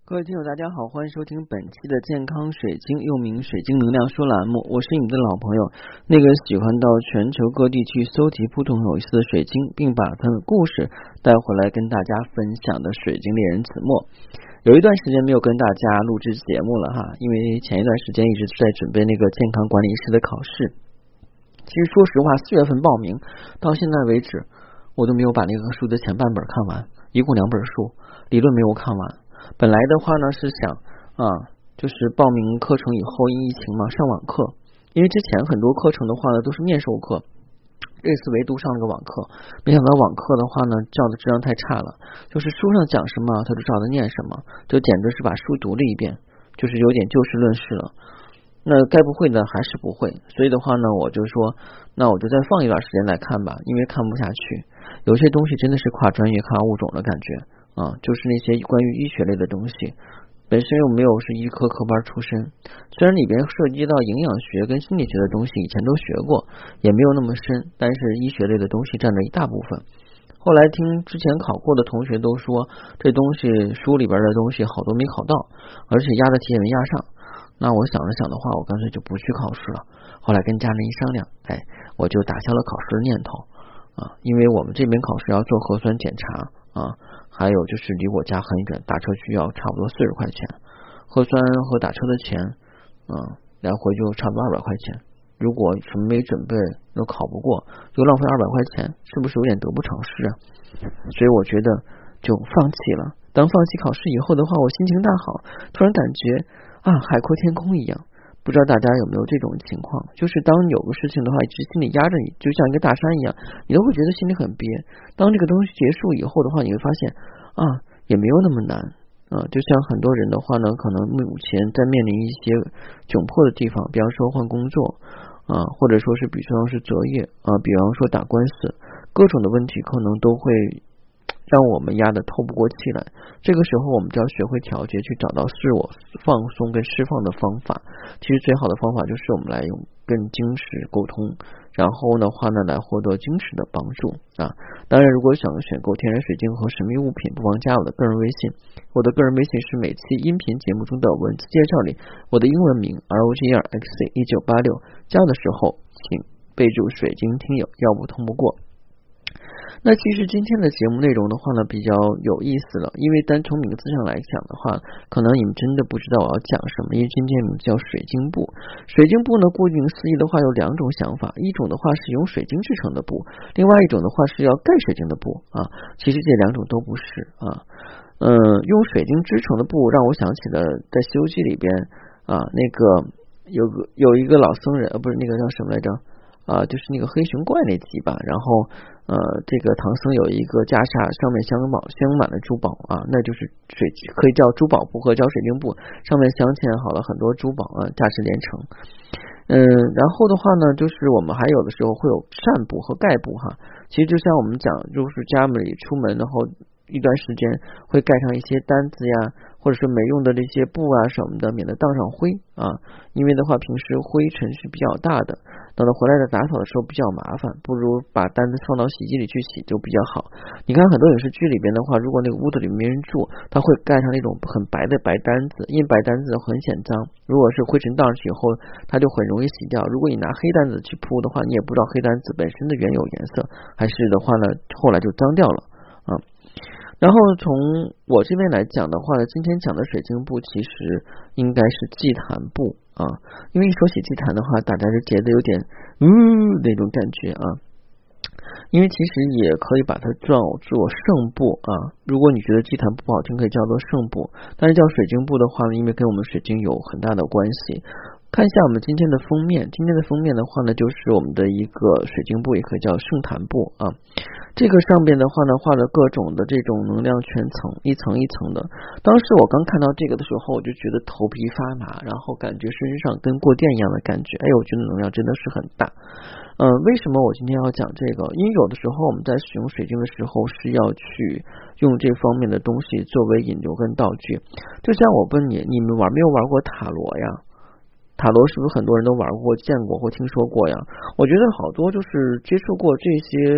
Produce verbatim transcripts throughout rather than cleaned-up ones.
各位听友大家好，欢迎收听本期的健康水晶，又名水晶能量说栏目，我是你们的老朋友，那个喜欢到全球各地去搜集不同有意思的水晶，并把它的故事带回来跟大家分享的水晶猎人子墨。有一段时间没有跟大家录制节目了哈，因为前一段时间一直在准备那个健康管理师的考试。其实说实话，四月份报名到现在为止，我都没有把那个书的前半本看完，一共两本书，理论没有看完。本来的话呢是想啊，就是报名课程以后因疫情嘛上网课，因为之前很多课程的话呢都是面授课，这次唯独上了个网课，没想到网课的话呢教的质量太差了，就是书上讲什么他就照着念什么，就简直是把书读了一遍，就是有点就事论事了。那该不会的还是不会，所以的话呢我就说那我就再放一段时间来看吧，因为看不下去，有些东西真的是跨专业跨物种的感觉啊，就是那些关于医学类的东西，本身又没有是医科科班出身，虽然里边涉及到营养学跟心理学的东西以前都学过，也没有那么深，但是医学类的东西占了一大部分。后来听之前考过的同学都说这东西书里边的东西好多没考到，而且押的题也没押上，那我想了想的话，我干脆就不去考试了。后来跟家人一商量，哎，我就打消了考试的念头啊，因为我们这边考试要做核酸检查啊，还有就是离我家很远，打车需要差不多四十块钱，核酸和打车的钱啊，来回就差不多二百块钱。如果什么没准备又考不过，就浪费二百块钱，是不是有点得不偿失啊？所以我觉得就放弃了。当放弃考试以后的话，我心情大好，突然感觉啊，海阔天空一样。不知道大家有没有这种情况，就是当有个事情的话一直心里压着你，就像一个大山一样，你都会觉得心里很憋，当这个东西结束以后的话，你会发现啊，也没有那么难啊。就像很多人的话呢，可能目前在面临一些窘迫的地方，比方说换工作啊，或者说是比方是择业啊，比方说打官司，各种的问题可能都会让我们压得透不过气来，这个时候我们就要学会调节，去找到自我放松跟释放的方法。其实最好的方法就是我们来用跟晶石沟通，然后的话呢来获得晶石的帮助啊。当然如果想选购天然水晶和神秘物品，不妨加我的个人微信，我的个人微信是每期音频节目中的文字介绍里我的英文名 R O G E R X C 一九八六，加的时候请备注水晶听友，要不通不过。那其实今天的节目内容的话呢比较有意思了，因为单从名字上来讲的话，可能你们真的不知道我要讲什么，因为今天名字叫水晶布。水晶布呢顾名思义的话有两种想法，一种的话是用水晶制成的布，另外一种的话是要盖水晶的布啊，其实这两种都不是啊。嗯，用水晶织成的布让我想起了在西游记里边啊，那个有个有一个老僧人，呃不是那个叫什么来着啊，就是那个黑熊怪那集吧，然后呃，这个唐僧有一个袈裟，上面镶满镶满了珠宝啊，那就是水可以叫珠宝布和叫水晶布，上面镶嵌好了很多珠宝啊，价值连城。嗯，然后的话呢，就是我们还有的时候会有扇布和盖布哈，其实就像我们讲，就是家里出门然后一段时间会盖上一些单子呀，或者是没用的这些布啊什么的，免得当上灰啊。因为的话平时灰尘是比较大的，等到回来的打扫的时候比较麻烦，不如把单子放到洗衣机里去洗就比较好。你看很多影视剧里边的话，如果那个屋子里没人住，他会盖上那种很白的白单子，因为白单子很显脏，如果是灰尘荡上去以后它就很容易洗掉，如果你拿黑单子去铺的话，你也不知道黑单子本身的原有颜色还是的话呢后来就脏掉了啊。然后从我这边来讲的话呢，今天讲的水晶布其实应该是祭坛布啊，因为一说起祭坛的话，大家就觉得有点嗯那种感觉啊。因为其实也可以把它叫做圣布啊，如果你觉得祭坛布不好听，可以叫做圣布，但是叫水晶布的话呢，因为跟我们水晶有很大的关系。看一下我们今天的封面，今天的封面的话呢，就是我们的一个水晶布，也可以叫圣坛布啊。这个上边的话呢，画了各种的这种能量圈层，一层一层的。当时我刚看到这个的时候，我就觉得头皮发麻，然后感觉身上跟过电一样的感觉。哎，我觉得能量真的是很大。嗯、呃，为什么我今天要讲这个？因为有的时候我们在使用水晶的时候是要去用这方面的东西作为引流跟道具。就像我问你，你们玩没有玩过塔罗呀？塔罗是不是很多人都玩过、见过或听说过呀？我觉得好多就是接触过这些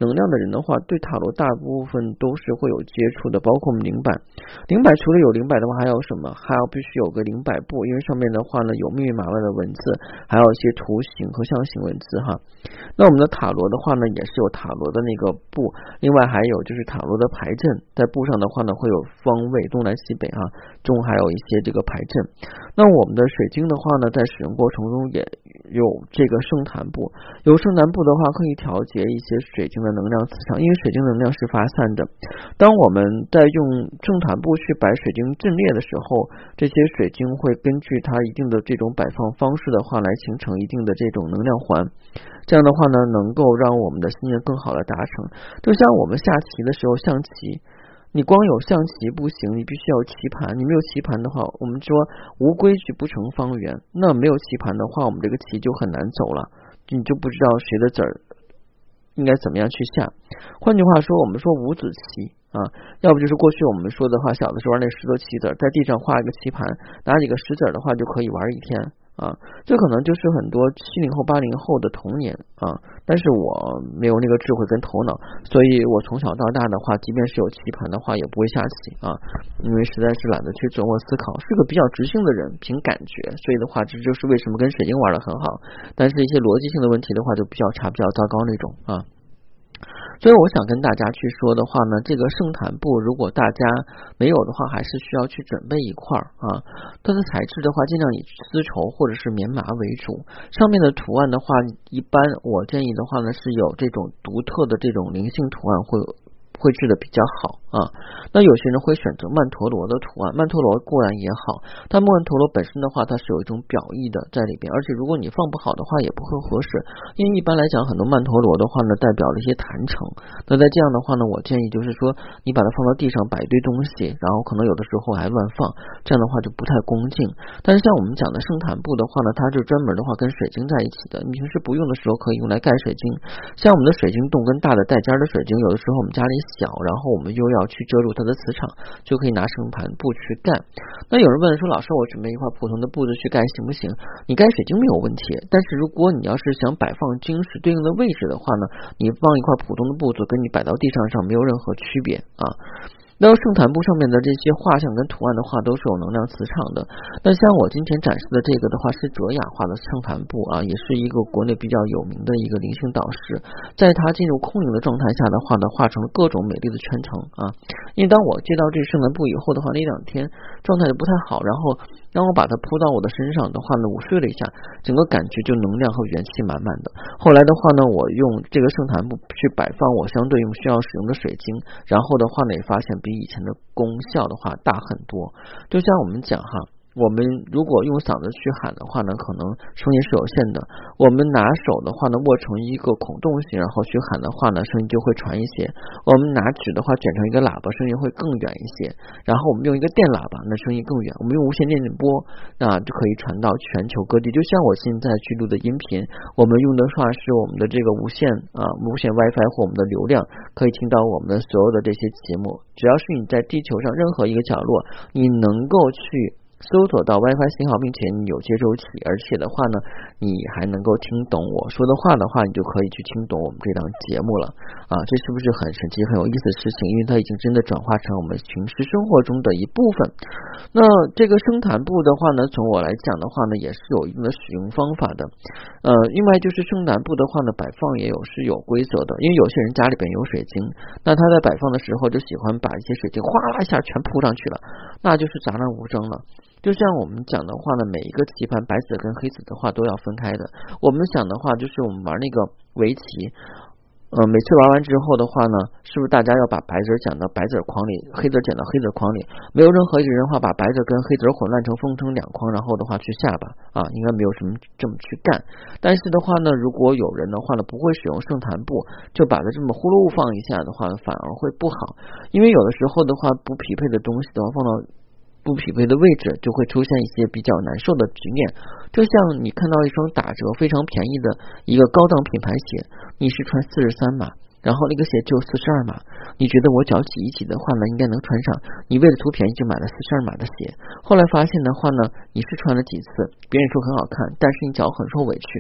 能量的人的话，对塔罗大部分都是会有接触的，包括我们灵摆。灵摆除了有灵摆的话，还有什么？还要必须有个灵摆布，因为上面的话呢有密密麻麻的文字，还有一些图形和象形文字哈。那我们的塔罗的话呢，也是有塔罗的那个布，另外还有就是塔罗的牌阵，在布上的话呢会有方位东南西北哈，中还有一些这个牌阵。那我们的水晶的话呢，在使用过程中也有这个圣坛布，有圣坛布的话可以调节一些水晶的能量磁场，因为水晶能量是发散的。当我们在用圣坛布去摆水晶阵列的时候，这些水晶会根据它一定的这种摆放方式的话来形成一定的这种能量环，这样的话呢能够让我们的心愿更好的达成。就像我们下棋的时候，象棋你光有象棋不行，你必须要有棋盘，你没有棋盘的话，我们说无规矩不成方圆，那没有棋盘的话，我们这个棋就很难走了，你就不知道谁的子儿应该怎么样去下。换句话说，我们说五子棋啊，要不就是过去我们说的话，小的时候玩那石头棋子，在地上画一个棋盘，拿几个石子的话就可以玩一天啊。这可能就是很多七零后八零后的童年啊，但是我没有那个智慧跟头脑，所以我从小到大的话，即便是有棋盘的话也不会下棋啊，因为实在是懒得去琢磨思考，是个比较直性的人，凭感觉，所以的话这就是为什么跟水晶玩的很好，但是一些逻辑性的问题的话就比较差，比较糟糕那种啊。所以我想跟大家去说的话呢，这个圣坛布如果大家没有的话，还是需要去准备一块啊。它的材质的话，尽量以丝绸或者是棉麻为主。上面的图案的话，一般我建议的话呢，是有这种独特的这种灵性图案会绘制的比较好啊。那有些人会选择曼陀罗的图案，曼陀罗固然也好，但曼陀罗本身的话，它是有一种表意的在里边，而且如果你放不好的话也不会合适，因为一般来讲很多曼陀罗的话呢代表了一些坛城，那在这样的话呢，我建议就是说你把它放到地上摆一堆东西，然后可能有的时候还乱放，这样的话就不太恭敬。但是像我们讲的圣坛布的话呢，它是专门的话跟水晶在一起的，你平时不用的时候可以用来盖水晶，像我们的水晶洞跟大的带尖的水晶，有的时候我们家里小，然后我们又要去遮住它的磁场，就可以拿圣坛布去盖。那有人问说，老师我准备一块普通的布子去盖行不行？你盖水晶没有问题，但是如果你要是想摆放晶石对应的位置的话呢，你放一块普通的布子跟你摆到地上上没有任何区别啊。那圣坛布上面的这些画像跟图案的话都是有能量磁场的。那像我今天展示的这个的话是哲雅画的圣坛布啊，也是一个国内比较有名的一个灵性导师，在他进入空灵的状态下的话呢，画成了各种美丽的圈层啊。因为当我接到这圣坛布以后的话，那两天状态就不太好，然后让我把它铺到我的身上的话呢，我睡了一下，整个感觉就能量和元气满满的。后来的话呢，我用这个圣坛布去摆放我相对应需要使用的水晶，然后的话呢也发现比以前的功效的话大很多。就像我们讲哈，我们如果用嗓子去喊的话呢，可能声音是有限的，我们拿手的话呢握成一个孔洞形，然后去喊的话呢声音就会传一些，我们拿纸的话卷成一个喇叭，声音会更远一些，然后我们用一个电喇叭，那声音更远，我们用无线电波，那就可以传到全球各地。就像我现在去录的音频，我们用的话是我们的这个无线啊无线 WiFi 或我们的流量，可以听到我们的所有的这些节目。只要是你在地球上任何一个角落，你能够去搜索到 WiFi 信号，并且你有接收器，而且的话呢你还能够听懂我说的话的话，你就可以去听懂我们这档节目了啊！这是不是很神奇很有意思的事情？因为它已经真的转化成我们平时生活中的一部分。那这个圣坛布的话呢，从我来讲的话呢也是有一定的使用方法的。呃，另外就是圣坛布的话呢摆放也有是有规则的，因为有些人家里边有水晶，那他在摆放的时候就喜欢把一些水晶哗啦一下全铺上去了，那就是杂乱无章了。就像我们讲的话呢，每一个棋盘白子跟黑子的话都要分开的。我们想的话就是我们玩那个围棋，呃，每次玩完之后的话呢，是不是大家要把白子捡到白子筐里，黑子捡到黑子筐里？没有任何一个人的话把白子跟黑子混乱成分成两筐，然后的话去下吧啊，应该没有什么这么去干。但是的话呢，如果有人的话呢不会使用圣坛布，就把它这么呼噜放一下的话，反而会不好。因为有的时候的话不匹配的东西的话放到不匹配的位置，就会出现一些比较难受的局面。就像你看到一双打折非常便宜的一个高档品牌鞋，你是穿四十三码，然后那个鞋只有四十二码，你觉得我脚挤一挤的话呢应该能穿上，你为了图便宜就买了四十二码的鞋，后来发现的话呢，你是穿了几次，别人说很好看，但是你脚很受委屈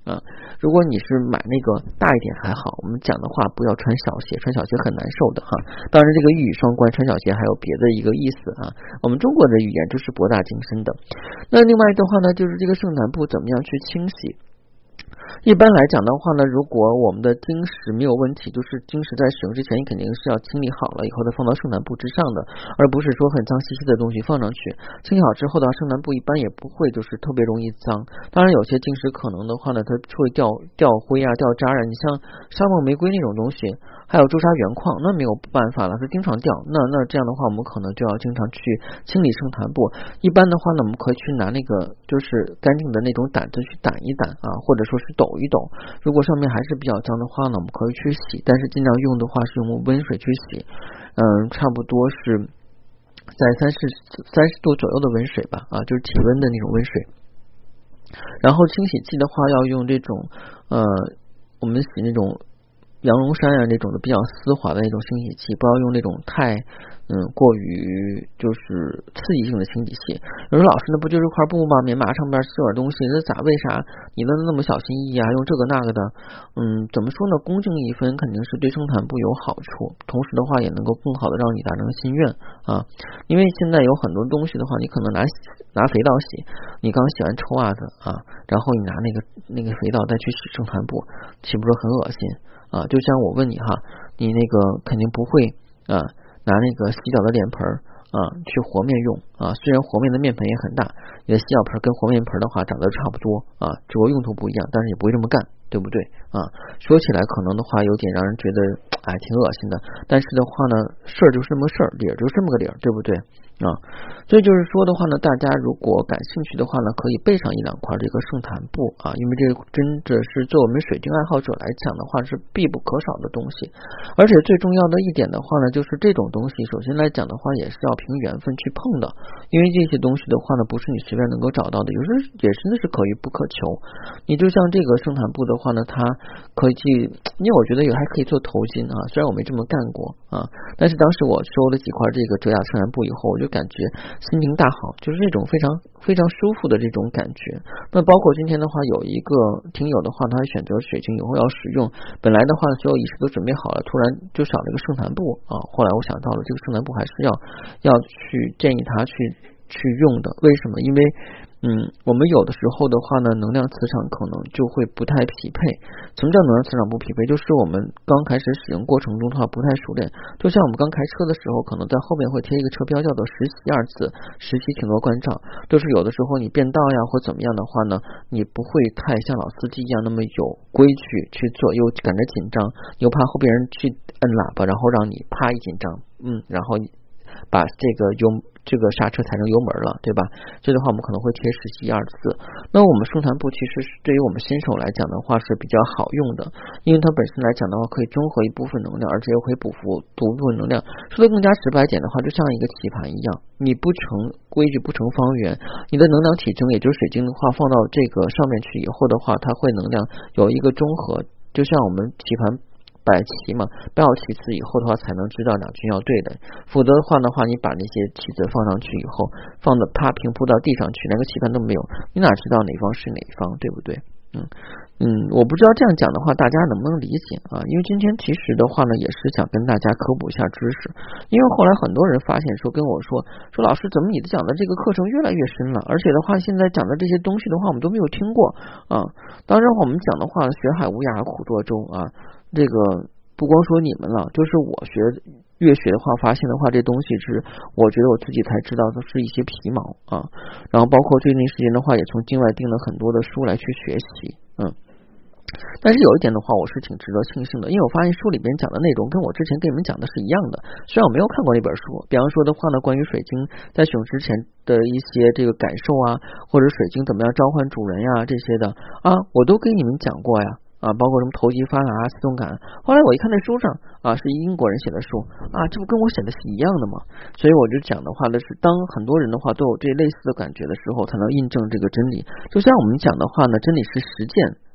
啊。如果你是买那个大一点还好，我们讲的话不要穿小鞋，穿小鞋很难受的哈。当然这个一语双关，穿小鞋还有别的一个意思啊。我们中国的语言就是博大精深的。那另外的话呢，就是这个圣诞布怎么样去清洗。一般来讲的话呢，如果我们的晶石没有问题，就是晶石在使用之前，你肯定是要清理好了以后再放到圣诞布之上的，而不是说很脏兮兮的东西放上去。清理好之后的圣诞布一般也不会就是特别容易脏。当然有些晶石可能的话呢，它会掉掉灰啊、掉渣啊。你像沙漠玫瑰那种东西，还有朱砂原矿，那没有办法了，它经常掉。那那这样的话，我们可能就要经常去清理圣诞布。一般的话呢，我们可以去拿那个就是干净的那种掸子去掸一掸啊，或者说是抖一抖。如果上面还是比较脏的话呢，我们可以去洗，但是尽量用的话是用温水去洗，嗯，差不多是在三十三十度左右的温水吧，啊，就是体温的那种温水。然后清洗剂的话，要用这种呃，我们洗那种羊绒衫啊，那种的比较丝滑的那种清洗剂，不要用那种太嗯过于就是刺激性的清洗剂。有人老师，那不就是块布吗？棉麻上边刺点东西，那咋为啥你能那么小心翼翼啊？用这个那个的，嗯，怎么说呢？恭敬一分肯定是对圣诞布有好处，同时的话也能够更好的让你达成心愿啊。因为现在有很多东西的话，你可能拿拿肥皂洗，你刚洗完臭袜子啊，然后你拿那个那个肥皂再去洗圣诞布，岂不是很恶心啊？就像我问你哈，你那个肯定不会啊。拿那个洗脚的脸盆啊去和面用啊，虽然和面的面盆也很大，你的洗脚盆跟和面盆的话长得差不多啊，只不过用途不一样，但是也不会这么干，对不对啊？说起来可能的话有点让人觉得哎挺恶心的，但是的话呢，事儿就是这么事儿，理儿就是这么个理儿，对不对啊？所以就是说的话呢，大家如果感兴趣的话呢，可以备上一两块这个圣诞布啊，因为这真的是做我们水晶爱好者来讲的话是必不可少的东西。而且最重要的一点的话呢，就是这种东西首先来讲的话也是要凭缘分去碰的，因为这些东西的话呢不是你随便能够找到的，有时也真的是可遇不可求。你就像这个圣诞布的话呢，它可以去，因为我觉得有还可以做头巾啊，虽然我没这么干过啊，但是当时我收了几块这个遮亚圣诞布以后，我就感觉心情大好，就是这种非常非常舒服的这种感觉。那包括今天的话，有一个听友的话，他选择水晶以后要使用，本来的话所有仪式都准备好了，突然就少了一个圣诞布啊。后来我想到了，这个圣诞布还是要要去建议他去去用的。为什么？因为嗯，我们有的时候的话呢，能量磁场可能就会不太匹配。什么叫能量磁场不匹配？就是我们刚开始使用过程中的话不太熟练，就像我们刚开车的时候，可能在后面会贴一个车标叫做实习二字，实习停罗关照，就是有的时候你变道呀或怎么样的话呢，你不会太像老司机一样那么有规矩去做，又赶着紧张，又怕后边人去摁喇叭，然后让你啪一紧张，嗯，然后把这个油这个刹车踩成油门了，对吧？所以的话我们可能会贴实习二字。那我们圣诞布其实是对于我们新手来讲的话是比较好用的，因为它本身来讲的话可以中和一部分能量，而且又可以补足部分能量。说的更加直白点的话，就像一个棋盘一样，你不成规矩不成方圆，你的能量体征也就是水晶的话放到这个上面去以后的话，它会能量有一个中和，就像我们棋盘摆棋嘛，摆好棋子以后的话才能知道两军要对的，否则的话的话你把那些棋子放上去以后放的啪平铺到地上去，连个棋盘都没有，你哪知道哪方是哪方，对不对？嗯嗯，我不知道这样讲的话大家能不能理解啊？因为今天其实的话呢也是想跟大家科普一下知识，因为后来很多人发现说跟我说说老师怎么你的讲的这个课程越来越深了，而且的话现在讲的这些东西的话我们都没有听过啊。当然我们讲的话学海无涯苦作舟啊，这个不光说你们了，就是我学越学的话发现的话这东西是我觉得我自己才知道的是一些皮毛啊。然后包括最近时间的话也从境外订了很多的书来去学习，嗯。但是有一点的话我是挺值得庆幸的，因为我发现书里边讲的内容跟我之前跟你们讲的是一样的，虽然我没有看过那本书，比方说的话呢关于水晶在使用之前的一些这个感受啊，或者水晶怎么样召唤主人呀这些的啊，我都跟你们讲过呀啊，包括什么投机发达、自动感。后来我一看那书上啊，是英国人写的书啊，这不跟我写的是一样的吗？所以我就讲的话呢是，当很多人的话都有这类似的感觉的时候，才能印证这个真理。就像我们讲的话呢，真理是实践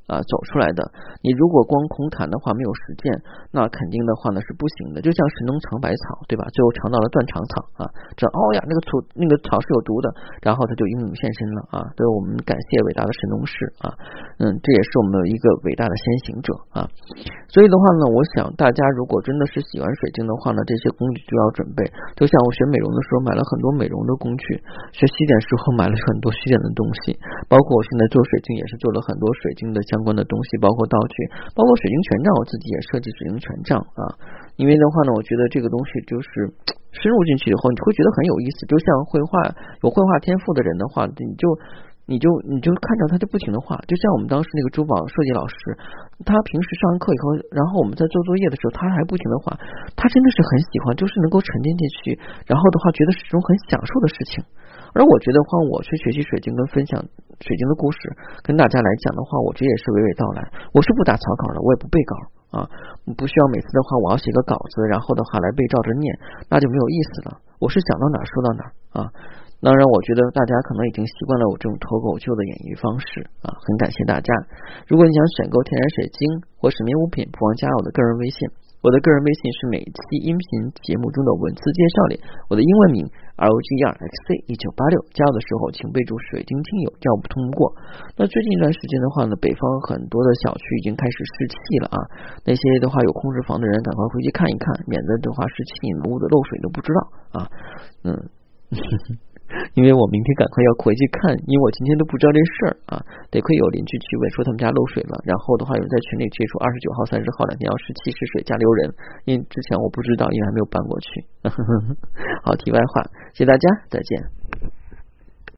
啊走出来的。你如果光空谈的话，没有实践，那肯定的话呢是不行的。就像神农尝百草，对吧？最后尝到了断肠草啊，这哦呀，那个草那个草是有毒的，然后他就英勇现身了啊。对，我们感谢伟大的神农氏啊，嗯，这也是我们一个伟大的先行者啊。所以的话呢，我想大家如果真的是喜欢水晶的话呢，这些工具就要准备。就像我学美容的时候买了很多美容的工具，学西点时候买了很多西点的东西，包括我现在做水晶也是做了很多水晶的相关的东西，包括道具，包括水晶权杖，我自己也设计水晶权杖啊。因为的话呢，我觉得这个东西就是深入进去以后，你会觉得很有意思。就像绘画有绘画天赋的人的话，你就你就你就看着他就不停的画。就像我们当时那个珠宝设计老师，他平时上完课以后，然后我们在做作业的时候，他还不停的画，他真的是很喜欢，就是能够沉淀进去，然后的话觉得是一种很享受的事情。而我觉得话，我去学习水晶跟分享水晶的故事跟大家来讲的话，我觉得也是娓娓道来。我是不打草稿的，我也不背稿啊，不需要每次的话我要写个稿子，然后的话来背照着念，那就没有意思了。我是想到哪说到哪啊。当然我觉得大家可能已经习惯了我这种脱口秀的演绎方式啊，很感谢大家。如果你想选购天然水晶或神秘物品，不忘加我的个人微信。我的个人微信是每期音频节目中的文字介绍里我的英文名 R O G E R X C 一九八六，加我的时候请备注水晶听友，这样不通过。那最近一段时间的话呢，北方很多的小区已经开始湿气了啊，那些的话有空置房的人赶快回去看一看，免得的话湿气你们屋子漏水都不知道啊。嗯因为我明天赶快要回去看，因为我今天都不知道这事儿啊，得亏有邻居去问说他们家漏水了，然后的话有人在群里贴出二十九号三十号两天要湿气湿水加留人，因为之前我不知道，因为还没有搬过去好，题外话，谢谢大家，再见。